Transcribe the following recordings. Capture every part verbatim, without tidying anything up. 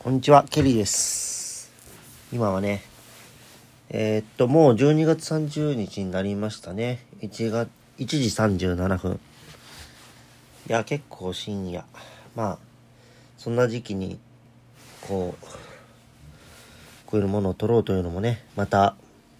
こんにちは、ケリーです。今はね、えー、っと、もうじゅうにがつさんじゅうにちになりましたね。いちがつ、いちじさんじゅうななふん。いや、結構深夜。まあ、そんな時期に、こう、こういうものを撮ろうというのもね、また、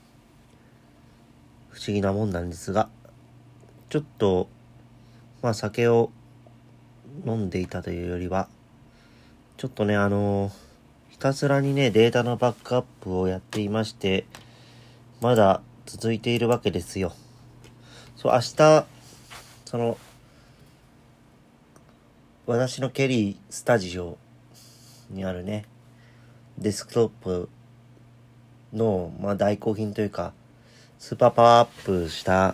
不思議なもんなんですが、ちょっと、まあ、酒を飲んでいたというよりは、ちょっとね、あのー、ひたすらにね、データのバックアップをやっていまして、まだ続いているわけですよ。そう、明日、その、私のケリースタジオにあるね、デスクトップの、まあ、代行品というか、スーパーパワーアップした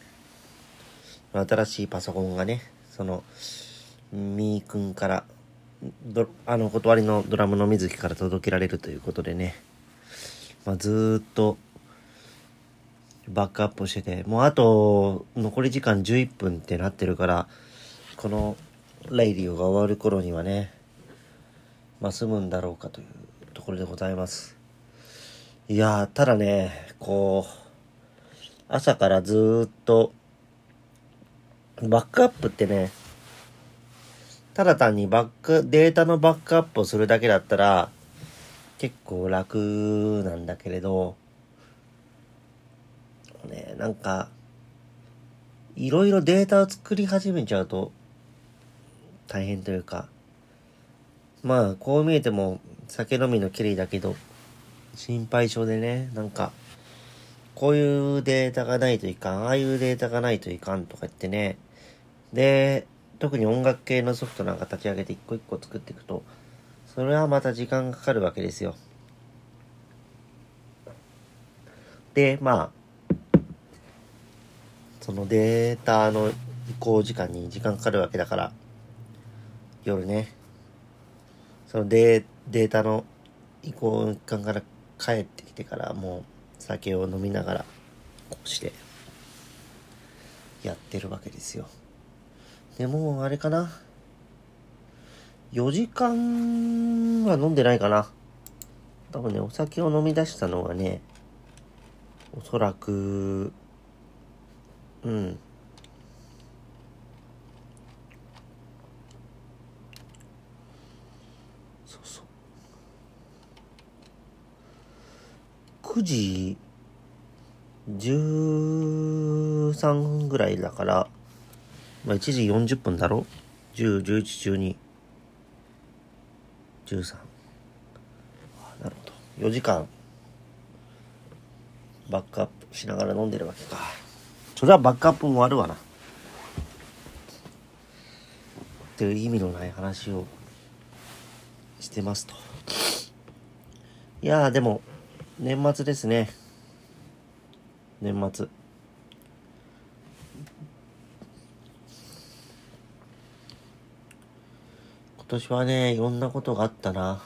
新しいパソコンがね、その、みーくんから、どあの、断りのドラムの水木から届けられるということでね、まあ、ずーっとバックアップをしてて、もうあと残り時間じゅういっぷんってなってるから、このレイディオが終わる頃にはね、まあ済むんだろうかというところでございます。いやー、ただね、こう、朝からずーっと、バックアップってね、ただ単にバック、データのバックアップをするだけだったら、結構楽なんだけれど、ね、なんか、いろいろデータを作り始めちゃうと、大変というか、まあ、こう見えても、酒飲みのケリーだけど、心配性でね、なんか、こういうデータがないといかん、ああいうデータがないといかんとか言ってね、で、特に音楽系のソフトなんか立ち上げて一個一個作っていくと、それはまた時間かかるわけですよ。で、まあ、そのデータの移行時間に時間かかるわけだから、夜ね、そのデー、データの移行の時間から帰ってきてからもう酒を飲みながら、こうしてやってるわけですよ。でもあれかな、よじかんは飲んでないかな。多分ね、お酒を飲み出したのはね、おそらく、うん。そうそう。くじじゅうさんふんぐらいだから、まあいちじよんじゅっぷんだろ ?じゅう、じゅういち、じゅうに、じゅうさん。あ、なるほど。よじかんバックアップしながら飲んでるわけか。それはバックアップもあるわな。っていう意味のない話をしてますと。いやーでも、年末ですね。年末。今年はね、いろんなことがあったな。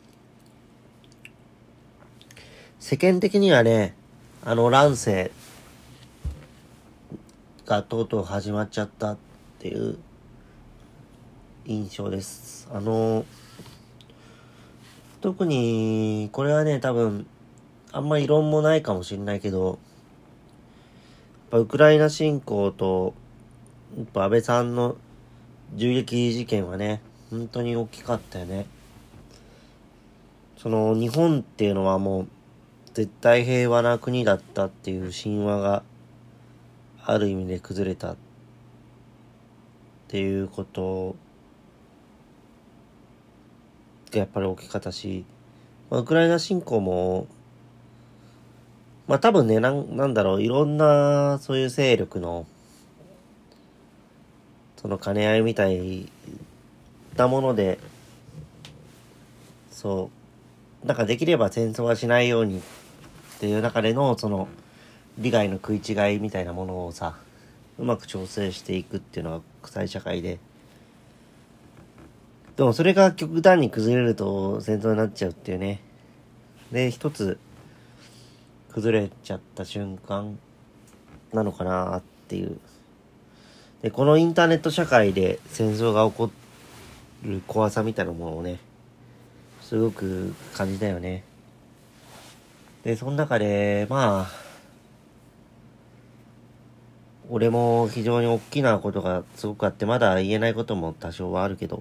世間的にはね、あの乱世がとうとう始まっちゃったっていう印象です。あの、特に、これはね、多分、あんまり異論もないかもしれないけど、やっぱウクライナ侵攻と、やっぱ安倍さんの銃撃事件はね、本当に大きかったよね。その、日本っていうのはもう、絶対平和な国だったっていう神話がある意味で崩れたっていうことがやっぱり大きかったし、まあ、ウクライナ侵攻もまあ多分ね、なん、なんだろう、いろんなそういう勢力のその兼ね合いみたいなもので、そうなんかできれば戦争はしないようにっていう中でのその利害の食い違いみたいなものをさ、うまく調整していくっていうのが国際社会で、でもそれが極端に崩れると戦争になっちゃうっていうね。で、一つ崩れちゃった瞬間なのかなっていう。で、このインターネット社会で戦争が起こる怖さみたいなものをね、 すごく感じたよね。で、その中で、まあ、俺も非常に大きなことがすごくあって、まだ言えないことも多少はあるけど、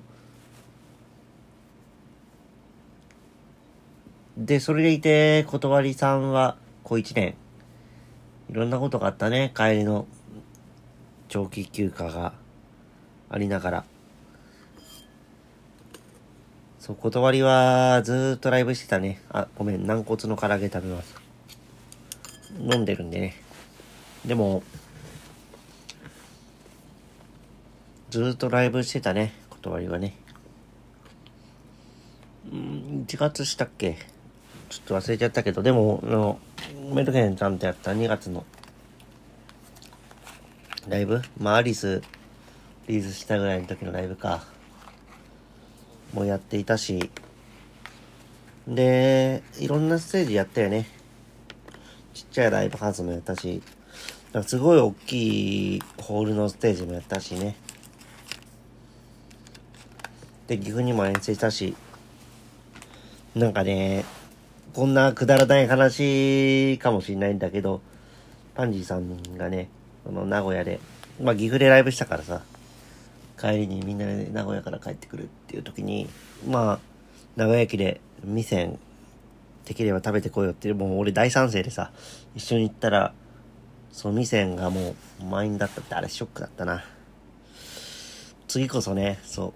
で、それでいて、断りさんは、こう一年、いろんなことがあったね。帰りの長期休暇がありながら。そう、断りはずーっとライブしてたね。あ、ごめん、軟骨の唐揚げ食べます。飲んでるんでね。でも、ずーっとライブしてたね。断りはね。うん、いちがつしたっけ？ちょっと忘れちゃったけど、でも、あの、メルヘンちゃんとやったにがつのライブ、まあ、アリス、リリースしたぐらいの時のライブか。もうやっていたし、で、いろんなステージやったよね。ちっちゃいライブハウスもやったし、なんかすごい大きいホールのステージもやったしね。で、岐阜にも遠征したし、なんかね、こんなくだらない話かもしれないんだけど、パンジーさんがね、その名古屋で、まあ岐阜でライブしたからさ、帰りにみんなで名古屋から帰ってくるっていう時に、まあ、名古屋駅で店できれば食べてこいよって、もう俺大賛成でさ、一緒に行ったら、その店がもう満員だったって、あれショックだったな。次こそね、そう。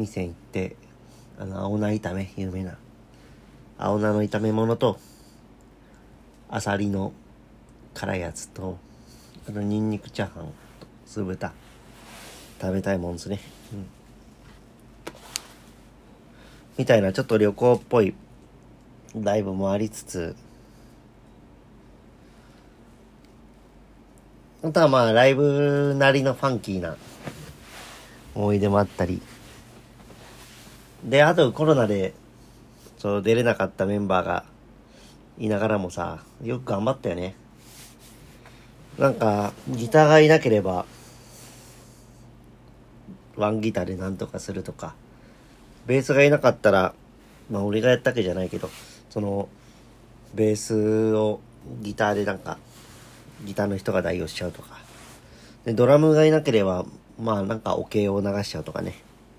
店行って、あの、青菜炒め、有名な。青菜の炒め物と、アサリの辛いやつと、あの、ニンニクチャーハンと酢豚。食べたいもんですね。うん。みたいな、ちょっと旅行っぽいライブもありつつ、あとはまあ、ライブなりのファンキーな思い出もあったり。で、あとコロナで、そう出れなかったメンバーがいながらもさ、よく頑張ったよね。なんか、ギターがいなければ、ワンギターでなんとかするとか、ベースがいなかったら、まあ俺がやったわけじゃないけど、その、ベースをギターでなんか、ギターの人が代用しちゃうとか。で、ドラムがいなければ、まあなんかオケを流しちゃうとかね。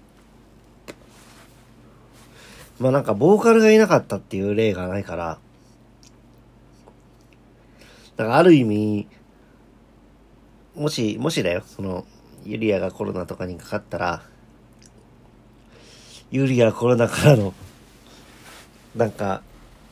まあなんかボーカルがいなかったっていう例がないから、だからある意味、もし、もしだよ、その、ユリアがコロナとかにかかったら、ユリアコロナからの、なんか、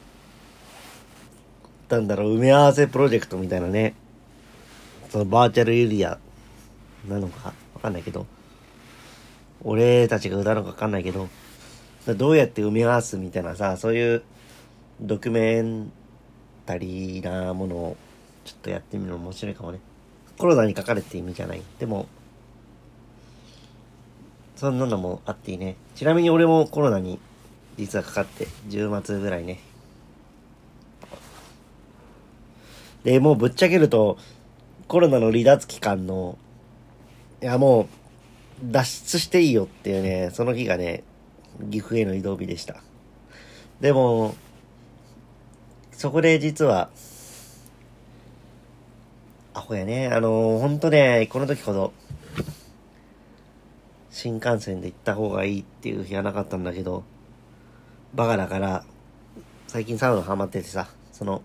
なんだろう、埋め合わせプロジェクトみたいなね、そのバーチャルユリアなのかわかんないけど、俺たちが歌うのかわかんないけど、どうやって埋め合わすみたいなさ、そういうドキュメンタリーなものをちょっとやってみるの面白いかもね。コロナにかかるって意味じゃない。でも、そんなのもあっていいね。ちなみに俺もコロナに実はかかってじゅうがつぐらいね。で、もうぶっちゃけるとコロナの離脱期間の、いやもう脱出していいよっていうね、その日がね、岐阜への移動日でした。でも、そこで実は、アホやね、あのー、ほんとね、この時ほど、新幹線で行った方がいいっていう日はなかったんだけど、バカだから、最近サウナハマっててさ、その、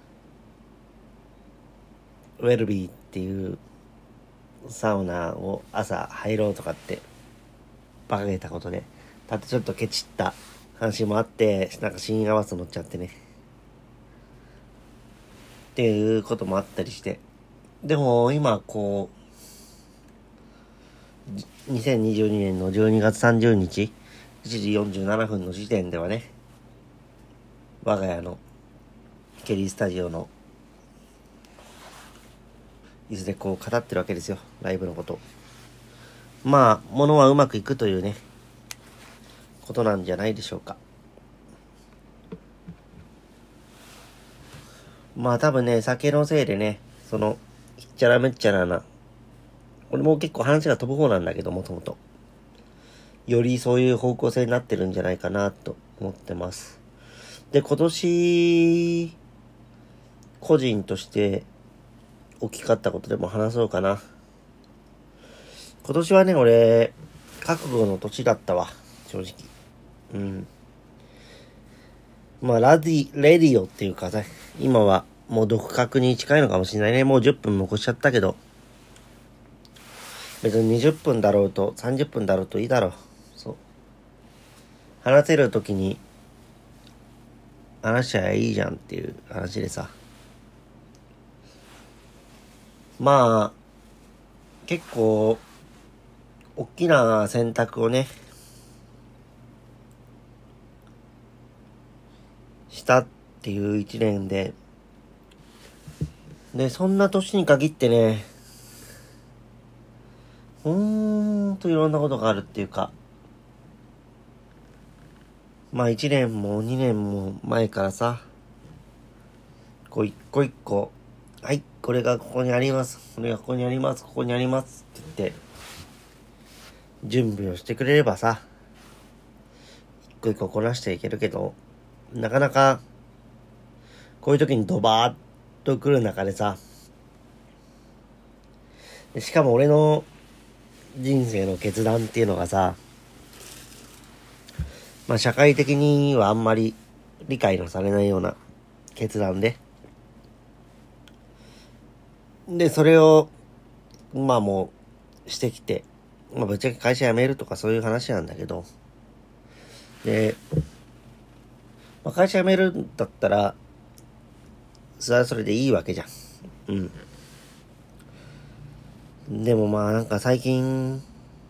ウェルビーっていうサウナを朝入ろうとかってバカげたことで、ただちょっとケチった話もあって、なんか新合わせ乗っちゃってね。っていうこともあったりして。でも今こう、にせんにじゅうにねんのじゅうにがつさんじゅうにち、いちじよんじゅうななふんの時点ではね、我が家のケリースタジオのいずれこう語ってるわけですよ、ライブのこと。まあ、ものはうまくいくというね、ことなんじゃないでしょうか。まあ多分ね、酒のせいでね、その、ひっちゃらめっちゃらな、俺も結構話が飛ぶ方なんだけど、もともと。 よりそういう方向性になってるんじゃないかなと思ってます。で、今年、個人として大きかったことでも話そうかな。今年はね、俺、覚悟の年だったわ、正直。うん。まあ、ラディ、レディオっていうかね、今はもう独学に近いのかもしれないね。もうじゅっぷんも越しちゃったけど、別ににじゅっぷんだろうとさんじゅっぷんだろうといいだろう。そう。話せるときに話しちゃいいじゃんっていう話でさ。まあ、結構、大きな選択をね、したっていう一年で、で、そんな年に限ってね、ほんといろんなことがあるっていうか、まあ一年も二年も前からさ、こう一個一個、はい、これがここにあります、これがここにあります、ここにありますって言って、準備をしてくれればさ、一個一個こなしていけるけど、なかなか、こういう時にドバーッと来る中でさ、しかも俺の人生の決断っていうのがさ、まあ社会的にはあんまり理解のされないような決断で、で、それを、まあもうしてきて、まあぶっちゃけ会社辞めるとかそういう話なんだけど、で、まあ、会社辞めるんだったら、それはそれでいいわけじゃん。うん。でもまあなんか最近、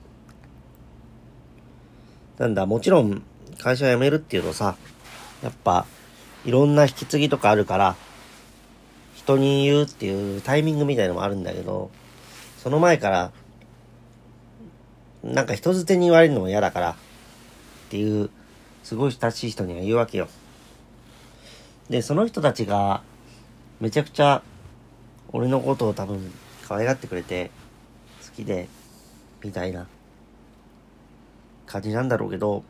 なんだ、もちろん会社辞めるっていうとさ、やっぱいろんな引き継ぎとかあるから、人に言うっていうタイミングみたいのもあるんだけど、その前から、なんか人づてに言われるのも嫌だから、っていう、すごい親しい人には言うわけよ。で、その人たちが、めちゃくちゃ、俺のことを多分、可愛がってくれて、好きで、みたいな、感じなんだろうけど、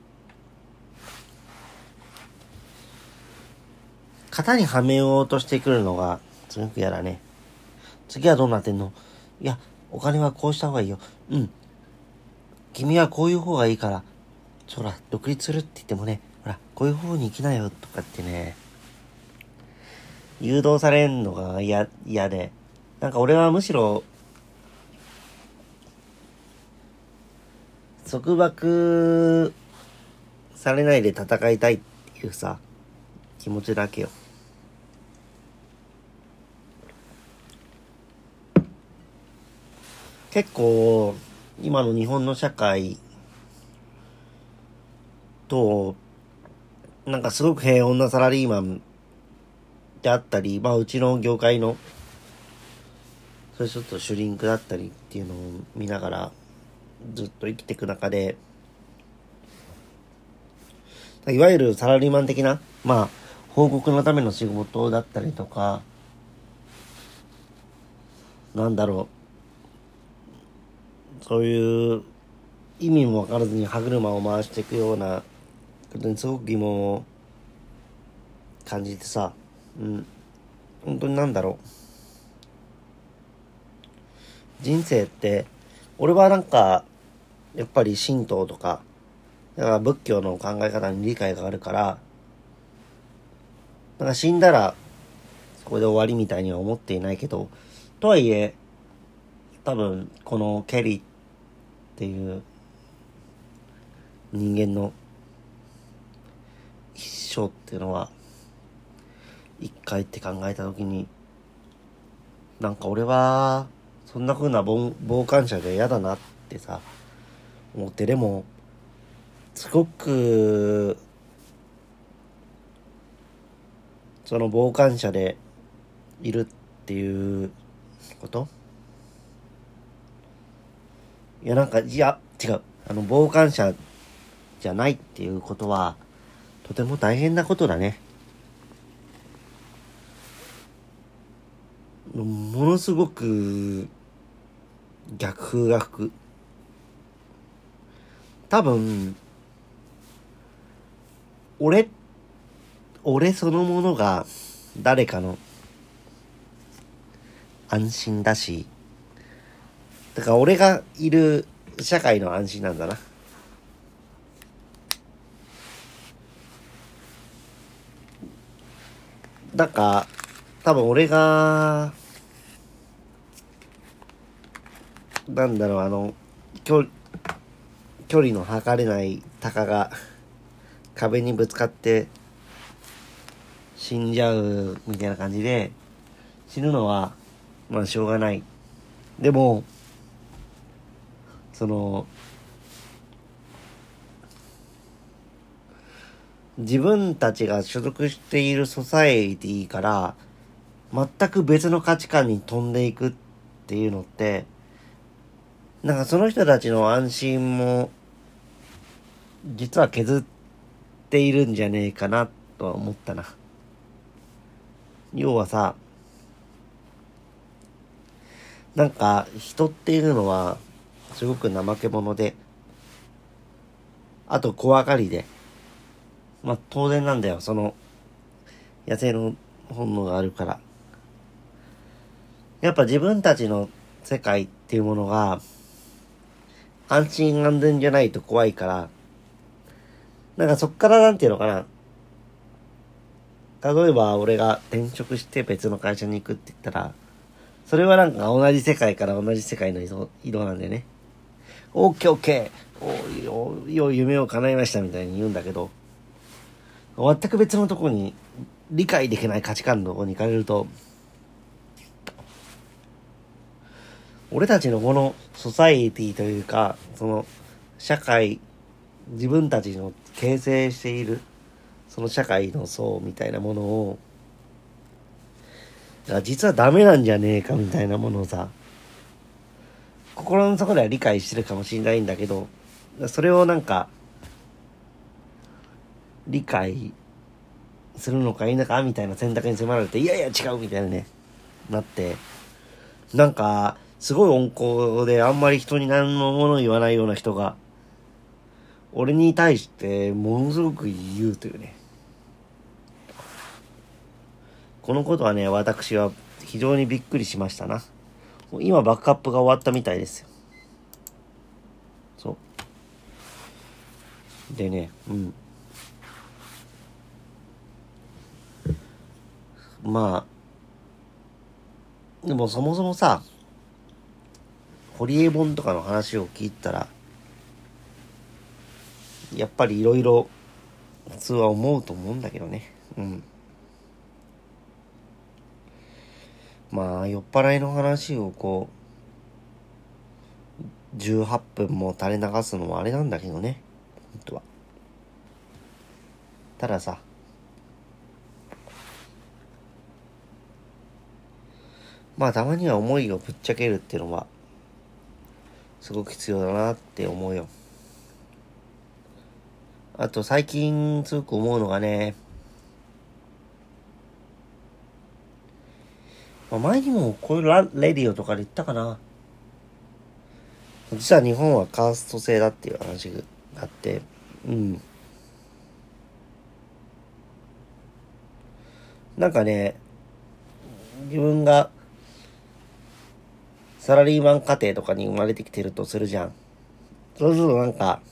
型にはめようとしてくるのが、すごく嫌だね。次はどうなってんの？いや、お金はこうした方がいいよ。うん。君はこういう方がいいから、ほら、独立するって言ってもね、ほら、こういう方に行きなよ、とかってね、誘導されんのが嫌、嫌で。なんか俺はむしろ、束縛されないで戦いたいっていうさ、気持ちだけよ。結構、今の日本の社会と、なんかすごく平穏なサラリーマンであったり、まあうちの業界の、それちょっとシュリンクだったりっていうのを見ながら、ずっと生きていく中で、いわゆるサラリーマン的な、まあ、報告のための仕事だったりとか、なんだろう、そういう意味もわからずに歯車を回していくようなことにすごく疑問を感じてさ、うん、本当になんだろう。人生って、俺はなんか、やっぱり神道とか、だから仏教の考え方に理解があるから、なんか死んだらそこで終わりみたいには思っていないけど、とはいえ、多分このケリーっていう人間の一生っていうのは、一回って考えたときに、なんか俺は、そんな風な傍傍観者で嫌だなってさ、思って、でも、すごく、その傍観者でいるっていうこといやなんか、いや、違う。あの、傍観者じゃないっていうことは、とても大変なことだね。ものすごく逆風が吹くっ多分俺俺そのものが誰かの安心だし、だから俺がいる社会の安心なんだな。なんか多分俺がなんだろう、あの距距離の測れない鷹が壁にぶつかって死んじゃうみたいな感じで、死ぬのはまあしょうがない。でもその自分たちが所属しているソサエティから全く別の価値観に飛んでいくっていうのって、なんかその人たちの安心も実は削っているんじゃねえかなとは思ったな。要はさ、なんか人っていうのはすごく怠け者で、あと怖がりで、まあ当然なんだよ、その野生の本能があるから。やっぱ自分たちの世界っていうものが安心安全じゃないと怖いから、なんかそっからなんていうのかな、例えば俺が転職して別の会社に行くって言ったら、それはなんか同じ世界から同じ世界の移動移動なんでね、オッケーオッケー、おいよ夢を叶えましたみたいに言うんだけど、全く別のところに理解できない価値観のところに行かれると、俺たちのこのソサエティというか、その社会、自分たちの形成しているその社会の層みたいなものを、実はダメなんじゃねえかみたいなものをさ、心の底では理解してるかもしれないんだけど、それをなんか理解するのか否かみたいな選択に迫られて、いやいや違うみたいなねなって、なんかすごい温厚であんまり人に何のもの言わないような人が俺に対してものすごく言うというね。このことはね、私は非常にびっくりしましたな。今バックアップが終わったみたいですよ。そうでね、うんまあでもそもそもさ、ホリエモンとかの話を聞いたらやっぱりいろいろ普通は思うと思うんだけどね。うんまあ酔っ払いの話をこうじゅうはっぷんも垂れ流すのもあれなんだけどね、本当は。たださ、まあたまには思いをぶっちゃけるっていうのはすごく必要だなって思うよ。あと最近すごく思うのがね、まあ、前にもこういうラレディオとかで言ったかな。実は日本はカースト制だっていう話があって、うん。なんかね、自分がサラリーマン家庭とかに生まれてきてるとするじゃん。そうするとなんか、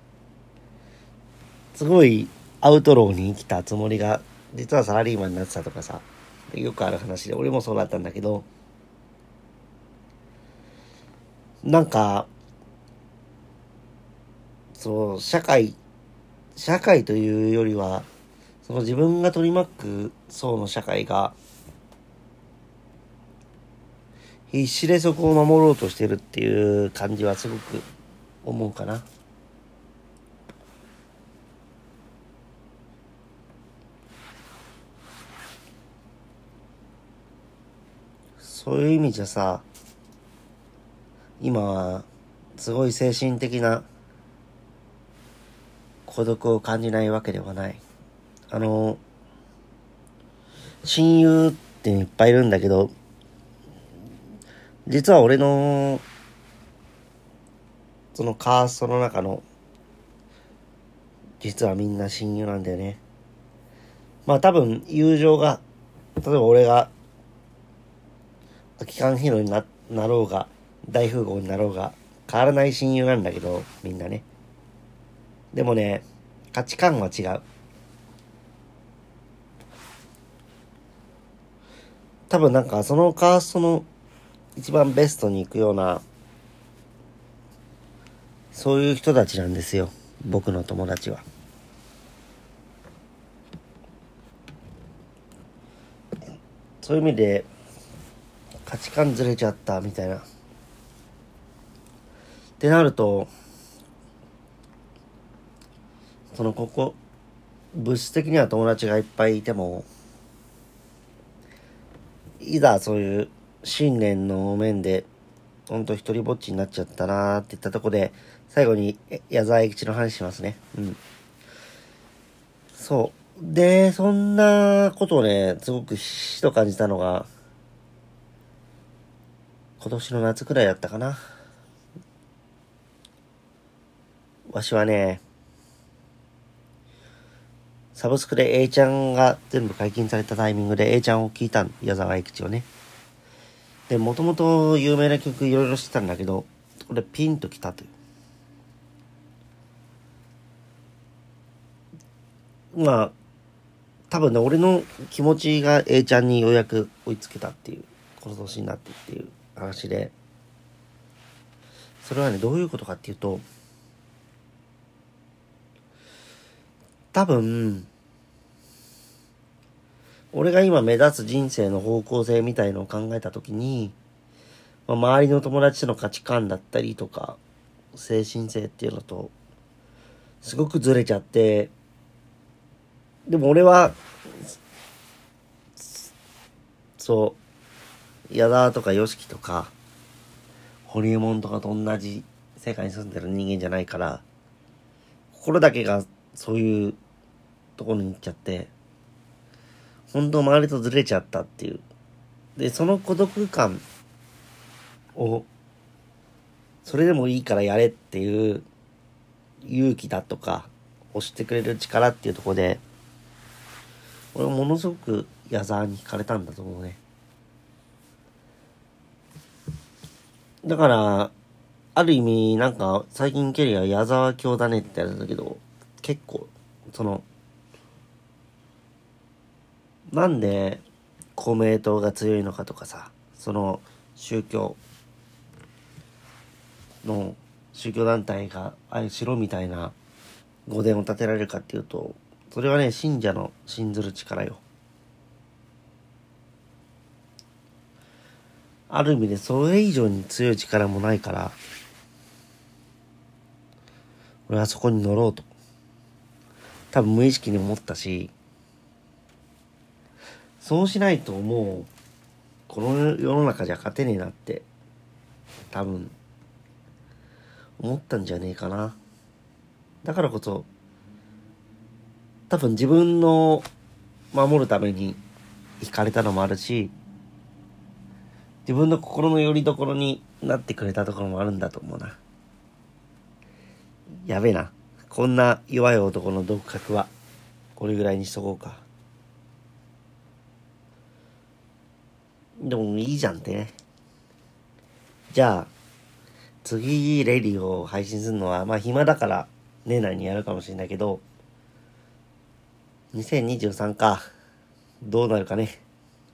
すごいアウトローに生きたつもりが、実はサラリーマンになってたとかさ、よくある話で、俺もそうだったんだけど、なんか、そう、社会、社会というよりは、その自分が取り巻く層の社会が、必死でそこを守ろうとしてるっていう感じはすごく思うかな。そういう意味じゃさ、今はすごい精神的な孤独を感じないわけではない。あの、親友っていっぱいいるんだけど、実は俺のそのカーストの中の実はみんな親友なんだよね。まあ多分友情が、例えば俺が空き缶ヒーローに な, なろうが大富豪になろうが変わらない親友なんだけど、みんなね。でもね、価値観は違う。多分なんかそのカーストの一番ベストに行くような、そういう人たちなんですよ、僕の友達は。そういう意味で価値観ずれちゃったみたいなってなると、そのここ物質的には友達がいっぱいいても、いざそういう信念の面でほんと一人ぼっちになっちゃったなーって言ったとこで、最後に矢沢永吉の話しますね。うんそうで、そんなことをねすごくひしと感じたのが今年の夏くらいだったかな。わしはね、サブスクで A ちゃんが全部解禁されたタイミングで A ちゃんを聞いたん、矢沢永吉をね。で、もともと有名な曲いろいろしてたんだけど、これピンときたという。まあ、多分ね、俺の気持ちが A ちゃんにようやく追いつけたっていう、この年になってっていう話で、それはね、どういうことかっていうと、多分、俺が今目立つ人生の方向性みたいのを考えたときに、まあ、周りの友達との価値観だったりとか、精神性っていうのと、すごくずれちゃって、でも俺は、そう、矢田とかよしきとか、ホリエモンとかと同じ世界に住んでる人間じゃないから、心だけがそういうところに行っちゃって、本当周りとずれちゃったっていう。で、その孤独感を、それでもいいからやれっていう勇気だとか、押してくれる力っていうところで、俺はものすごく矢沢に惹かれたんだと思うね。だから、ある意味、なんか、最近ケリーは矢沢教だねってやるんだけど、結構、その、なんで公明党が強いのかとかさ、その宗教の宗教団体がああいう城みたいな御殿を建てられるかっていうと、それはね、信者の信ずる力よ。ある意味でそれ以上に強い力もないから、俺はそこに乗ろうと多分無意識に思ったし、そうしないともうこの世の中じゃ勝てねえなって多分思ったんじゃねえかな。だからこそ多分自分の守るために惹かれたのもあるし、自分の心の拠り所になってくれたところもあるんだと思うな。やべえな、こんな弱い男の独白はこれぐらいにしとこうか。でもいいじゃんってね。じゃあ次レディを配信するのはまあ暇だから年内にやるかもしれないけど、にせんにじゅうさんか、どうなるかね。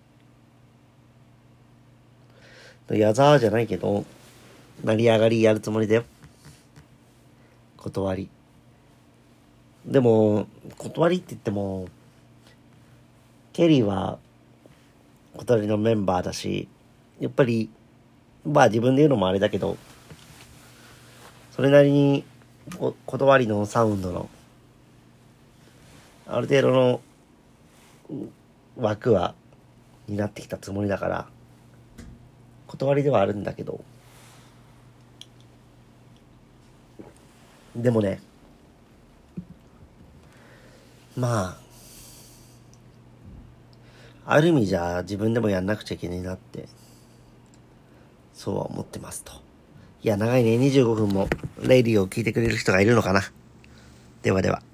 矢沢じゃないけど成り上がりやるつもりだよ。断りでも断りって言ってもケリーは断りのメンバーだし、やっぱりまあ自分で言うのもあれだけど、それなりに断りのサウンドのある程度の枠はになってきたつもりだから、断りではあるんだけど、でもね、まあある意味じゃ自分でもやんなくちゃいけないなってそうは思ってますと。いや長いね、にじゅうごふんもレイディを聞いてくれる人がいるのかな。ではでは。